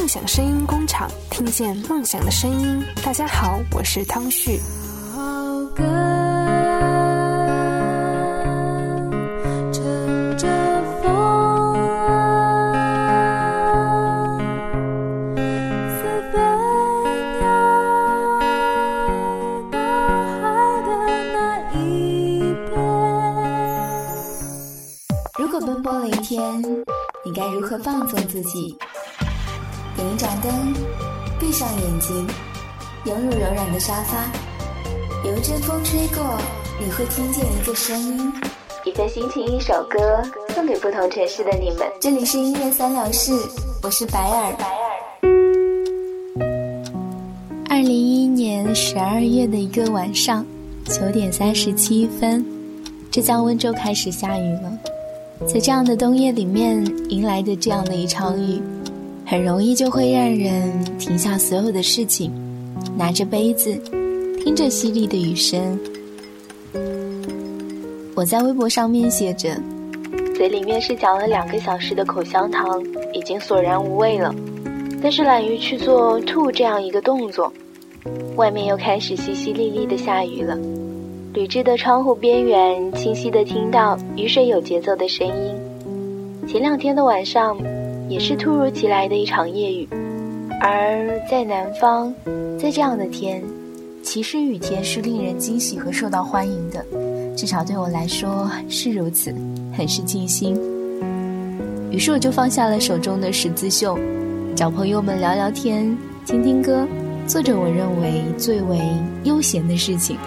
梦想声音工厂，听见梦想的声音。大家好，我是汤旭。 如果奔波了一天，你该如何放纵自己？点一盏灯，闭上眼睛，拥入柔软的沙发，有一阵风吹过，你会听见一个声音，一份心情，一首歌，送给不同城市的你们。这里是音乐三两事，我是白尔。2011年12月的一个晚上，9点37分，浙江温州开始下雨了。在这样的冬夜里面迎来的这样的一场雨，很容易就会让人停下所有的事情，拿着杯子，听着淅沥的雨声。我在微博上面写着，嘴里面是嚼了2个小时的口香糖，已经索然无味了，但是懒于去做吐这样一个动作。外面又开始淅淅沥沥的下雨了，铝制的窗户边缘清晰地听到雨水有节奏的声音。前2天的晚上也是突如其来的一场夜雨，而在南方，在这样的天，其实雨天是令人惊喜和受到欢迎的，至少对我来说是如此，很是尽兴。于是我就放下了手中的十字绣，找朋友们聊聊天，听听歌，做着我认为最为悠闲的事情。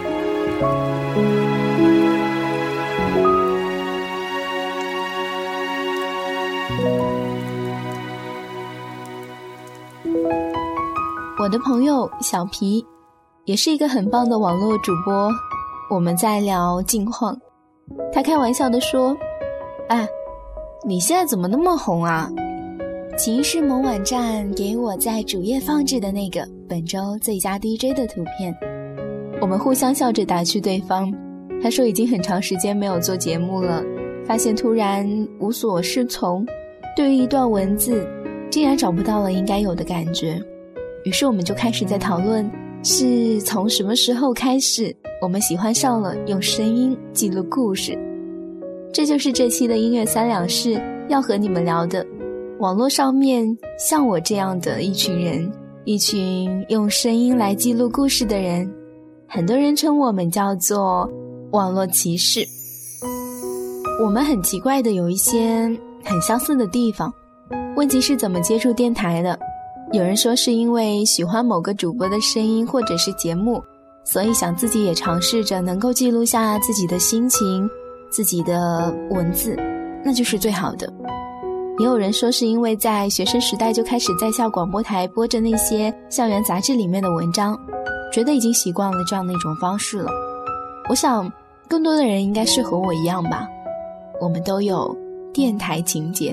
我的朋友小皮也是一个很棒的网络主播，我们在聊近况。他开玩笑地说，你现在怎么那么红啊？起因是某网站给我在主页放置的那个本周最佳 DJ 的图片。我们互相笑着打趣对方，他说已经很长时间没有做节目了，发现突然无所适从，对于一段文字竟然找不到了应该有的感觉。于是我们就开始在讨论，是从什么时候开始我们喜欢上了用声音记录故事。这就是这期的音乐三两事要和你们聊的，网络上面像我这样的一群人，一群用声音来记录故事的人，很多人称我们叫做网络骑士。我们很奇怪的有一些很相似的地方。问题是怎么接触电台的？有人说是因为喜欢某个主播的声音或者是节目，所以想自己也尝试着能够记录下自己的心情，自己的文字，那就是最好的。也有人说是因为在学生时代就开始在校广播台播着那些校园杂志里面的文章，觉得已经习惯了这样的一种方式了。我想更多的人应该是和我一样吧，我们都有电台情节。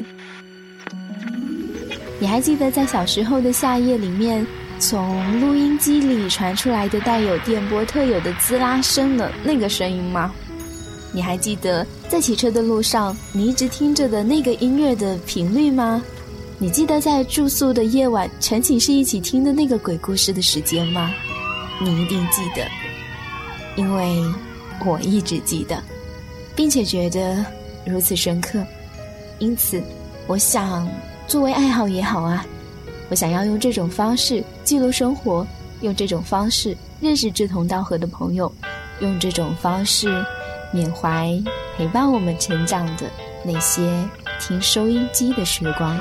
你还记得在小时候的夏夜里面，从录音机里传出来的带有电波特有的滋啦声的那个声音吗？你还记得在骑车的路上你一直听着的那个音乐的频率吗？你记得在住宿的夜晚晨寝室一起听的那个鬼故事的时间吗？你一定记得，因为我一直记得，并且觉得如此深刻。因此我想作为爱好也好啊，我想要用这种方式记录生活，用这种方式认识志同道合的朋友，用这种方式缅怀陪伴我们成长的那些听收音机的时光。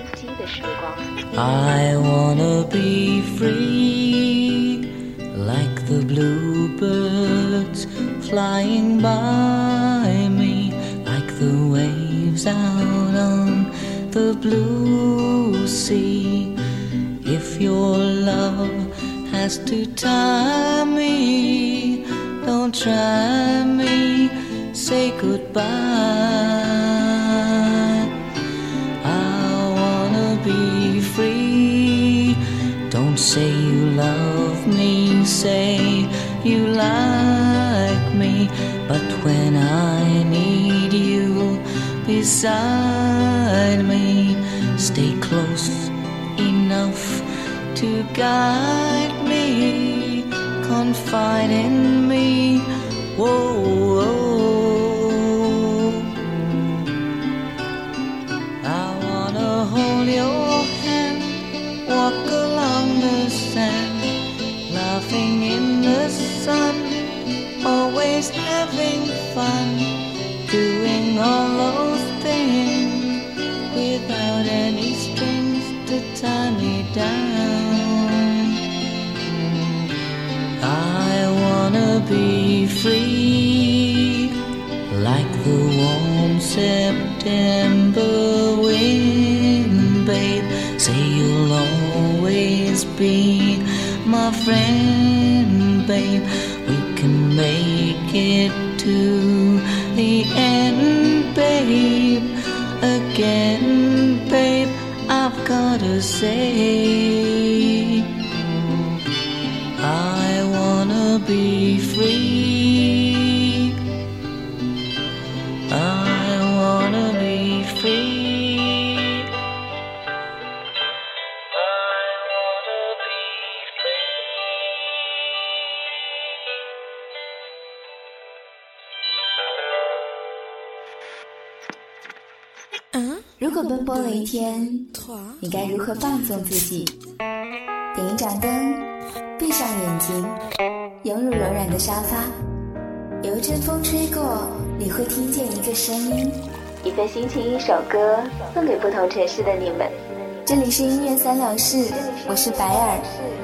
I wanna be free, like the bluebirds flying by me, like the waves out on the blue sea. If your love has to tie me, don't try me, say goodbye. I wanna be free. Don't say you love me, say you like me, but when I need you beside me, stay close enough to guide me, confide in me. Whoa, I wanna hold your hand, walk along the sand, laughing in the sun, always having fun, doing all those things without any strings to tie me down. I wanna be free, like the warm September wind, babe. Say you'll always be my friend, babe. We can make it to the end, babe. Again, babe, I've gotta say, I wanna be free. I wanna be free. I wanna be free. 如果奔波了一天，你该如何放纵自己？点一盏灯，闭上眼睛，拥入柔软的沙发，有一阵风吹过，你会听见一个声音，一份心情，一首歌，送给不同城市的你们。这里是音乐三两事，我是白尔。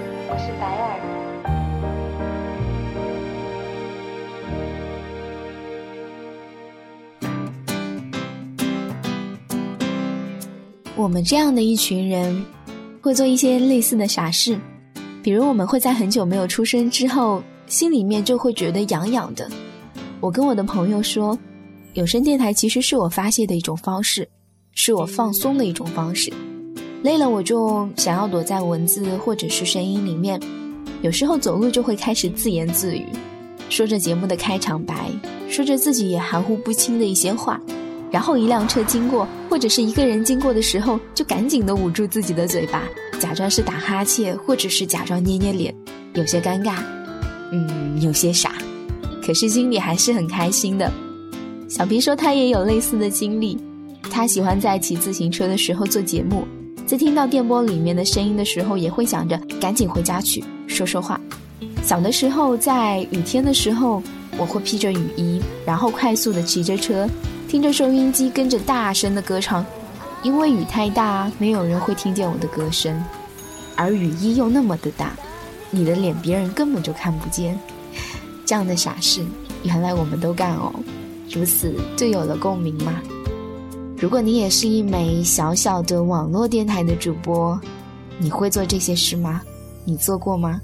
我们这样的一群人会做一些类似的傻事，比如我们会在很久没有出声之后，心里面就会觉得痒痒的。我跟我的朋友说，有声电台其实是我发泄的一种方式，是我放松的一种方式。累了我就想要躲在文字或者是声音里面，有时候走路就会开始自言自语，说着节目的开场白，说着自己也含糊不清的一些话，然后一辆车经过或者是一个人经过的时候，就赶紧地捂住自己的嘴巴，假装是打哈欠，或者是假装捏捏脸，有些尴尬，有些傻，可是心里还是很开心的。小皮说他也有类似的经历，他喜欢在骑自行车的时候做节目，在听到电波里面的声音的时候，也会想着赶紧回家去说说话。小的时候在雨天的时候，我会披着雨衣，然后快速地骑着车，听着收音机跟着大声的歌唱，因为雨太大，没有人会听见我的歌声，而雨衣又那么的大，你的脸别人根本就看不见。这样的傻事原来我们都干哦，如此就有了共鸣吗？如果你也是一枚小小的网络电台的主播，你会做这些事吗？你做过吗？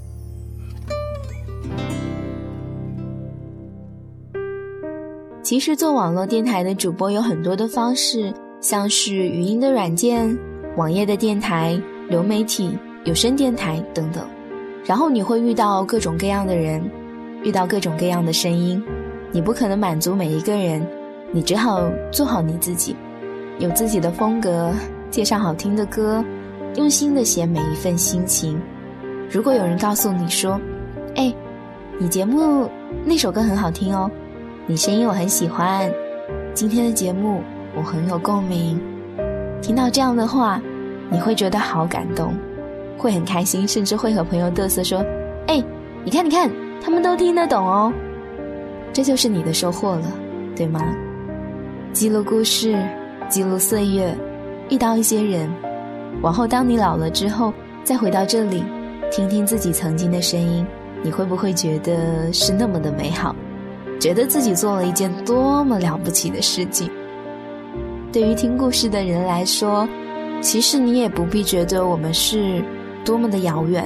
其实做网络电台的主播有很多的方式，像是语音的软件、网页的电台、流媒体、有声电台等等。然后你会遇到各种各样的人，遇到各种各样的声音，你不可能满足每一个人，你只好做好你自己，有自己的风格，介绍好听的歌，用心的写每一份心情。如果有人告诉你说，你节目那首歌很好听哦，你声音我很喜欢，今天的节目我很有共鸣，听到这样的话，你会觉得好感动，会很开心，甚至会和朋友嘚瑟说，你看他们都听得懂哦。这就是你的收获了，对吗？记录故事，记录岁月，遇到一些人，往后当你老了之后，再回到这里听听自己曾经的声音，你会不会觉得是那么的美好，觉得自己做了一件多么了不起的事情？对于听故事的人来说，其实你也不必觉得我们是多么的遥远，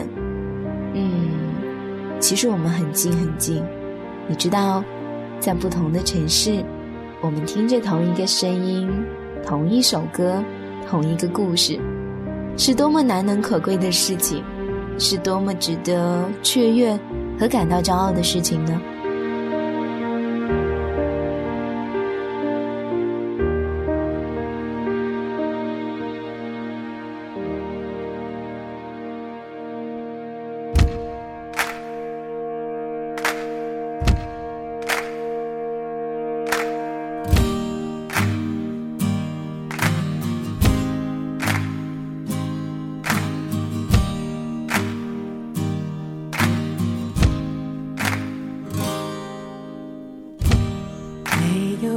其实我们很近很近。你知道，在不同的城市，我们听着同一个声音，同一首歌，同一个故事，是多么难能可贵的事情，是多么值得雀跃和感到骄傲的事情呢？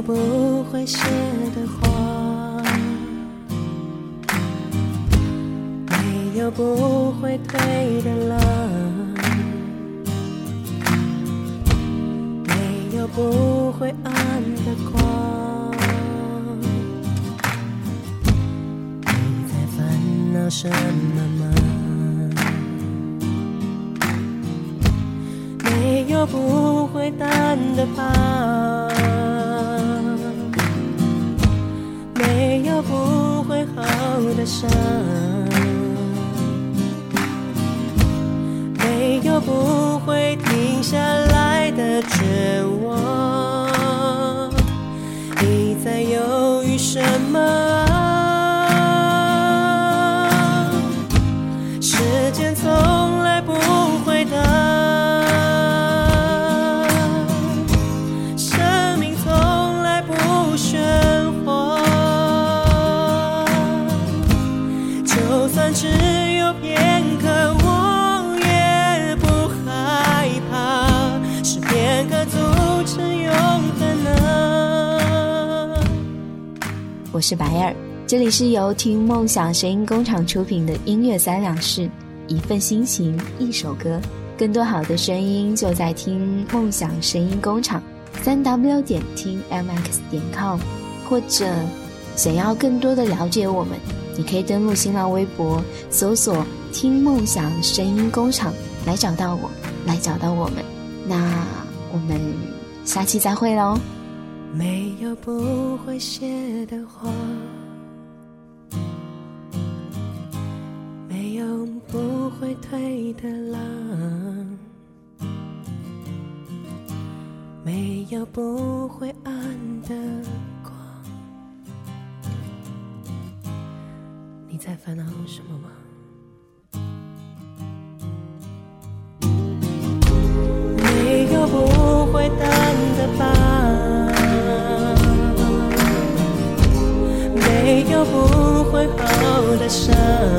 有不会谢的花，没有不会退的浪，没有不会暗的光。你在烦恼什么吗？没有不会淡的疤，没有不会好的伤，没有不会停下来的绝望。你在犹豫什么啊？时间从来不会等，只有片刻，我也不害怕，是片刻阻止永恒啊。 我是白尔，这里是由听梦想声音工厂出品的音乐三两事，一份心情一首歌，更多好的声音就在听梦想声音工厂，3w 点听 mx.com， 或者想要更多的了解我们，你可以登录新浪微博搜索听梦想声音工厂来找到我，来找到我们。那我们下期再会咯。 没有不会谢的花，没有不会退的浪，没有不会暗的光。你在烦恼什么吗？没有不会淡的疤，没有不会好的伤，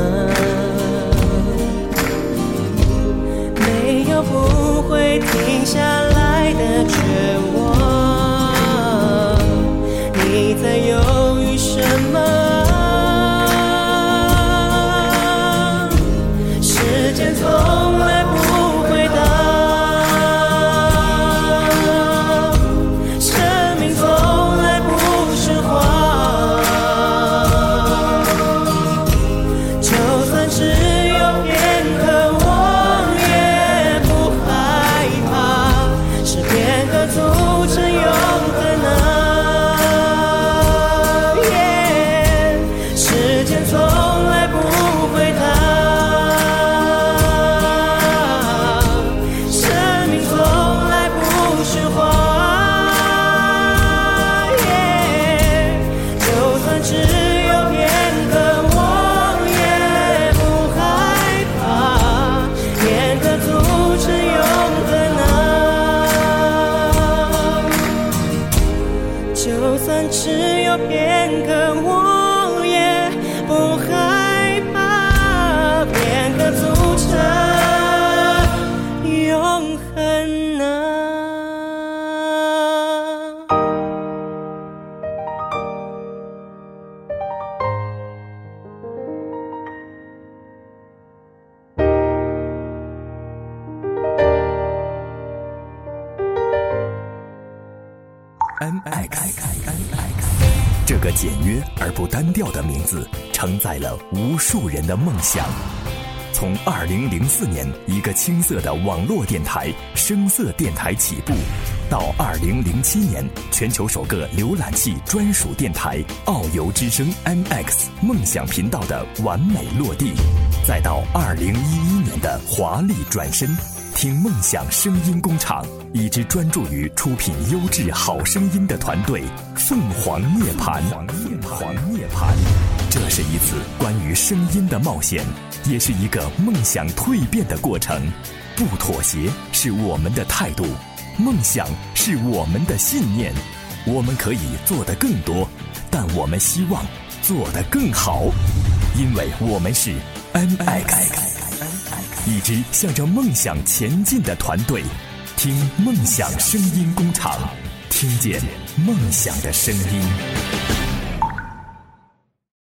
没有不会停下来的绝望。你在犹豫什么？时间从来不会等，生命从来不是谎，就算只有片刻，我也不害怕，是片刻阻止永恒啊。时间从来不会等，只有片刻，我也不害怕，片刻阻止永恒啊。 这个简约而不单调的名字承载了无数人的梦想。从2004年一个青涩的网络电台声色电台起步，到2007年全球首个浏览器专属电台遨游之声 MX 梦想频道的完美落地，再到2011年的华丽转身，听梦想声音工厂，一支专注于出品优质好声音的团队凤凰涅槃。这是一次关于声音的冒险，也是一个梦想蜕变的过程。不妥协是我们的态度，梦想是我们的信念。我们可以做得更多，但我们希望做得更好，因为我们是 MX， 一支向着梦想前进的团队。听梦想声音工厂，听听见梦想的声音。